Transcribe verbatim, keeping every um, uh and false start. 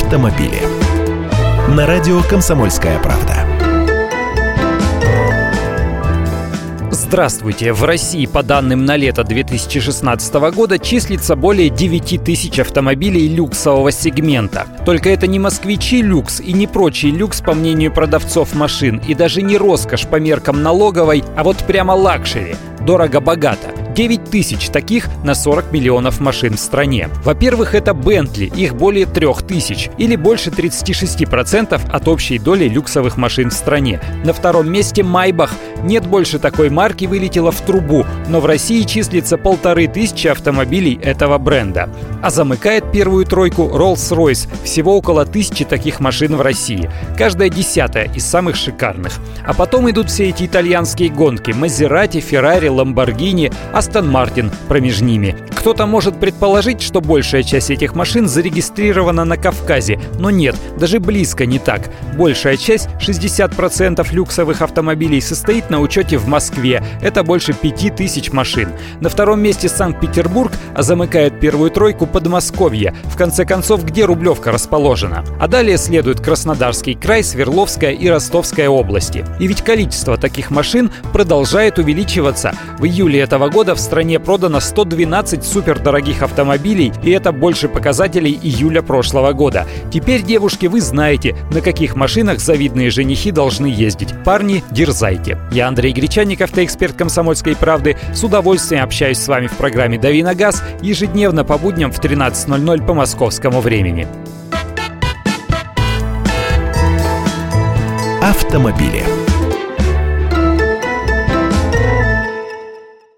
автомобили. На радио «Комсомольская правда». Здравствуйте! В России по данным на лето две тысячи шестнадцатого года числится более девять тысяч автомобилей люксового сегмента. Только это не москвичи люкс и не прочий люкс, по мнению продавцов машин, и даже не роскошь по меркам налоговой, а вот прямо лакшери. Дорого-богато. девять тысяч таких на сорок миллионов машин в стране. Во-первых, это Бентли, их более трех тысяч, или больше тридцать шесть процентов от общей доли люксовых машин в стране. На втором месте Майбах. Нет больше такой марки, вылетела в трубу, но в России числится полторы тысячи автомобилей этого бренда. А замыкает первую тройку Rolls-Royce, всего около тысячи таких машин в России. Каждая десятая из самых шикарных. А потом идут все эти итальянские гонки: Мазерати, Феррари, Ламборгини, Астон Мартин промеж ними. Кто-то может предположить, что большая часть этих машин зарегистрирована на Кавказе, но нет, даже близко не так. Большая часть, шестьдесят процентов люксовых автомобилей, состоит на учете в Москве. Это больше пяти тысяч машин. На втором месте Санкт-Петербург, а замыкает первую тройку Подмосковье. В конце концов, где Рублевка расположена? А далее следует Краснодарский край, Свердловская и Ростовская области. И ведь количество таких машин продолжает увеличиваться. В июле этого года в стране продано сто двенадцать супердорогих автомобилей, и это больше показателей июля прошлого года. Теперь, девушки, вы знаете, на каких машинах завидные женихи должны ездить. Парни, дерзайте. Я Андрей Гречанник, автоэксперт «Комсомольской правды». С удовольствием общаюсь с вами в программе «Дави на газ» ежедневно по будням в тринадцать ноль ноль по московскому времени. Автомобили.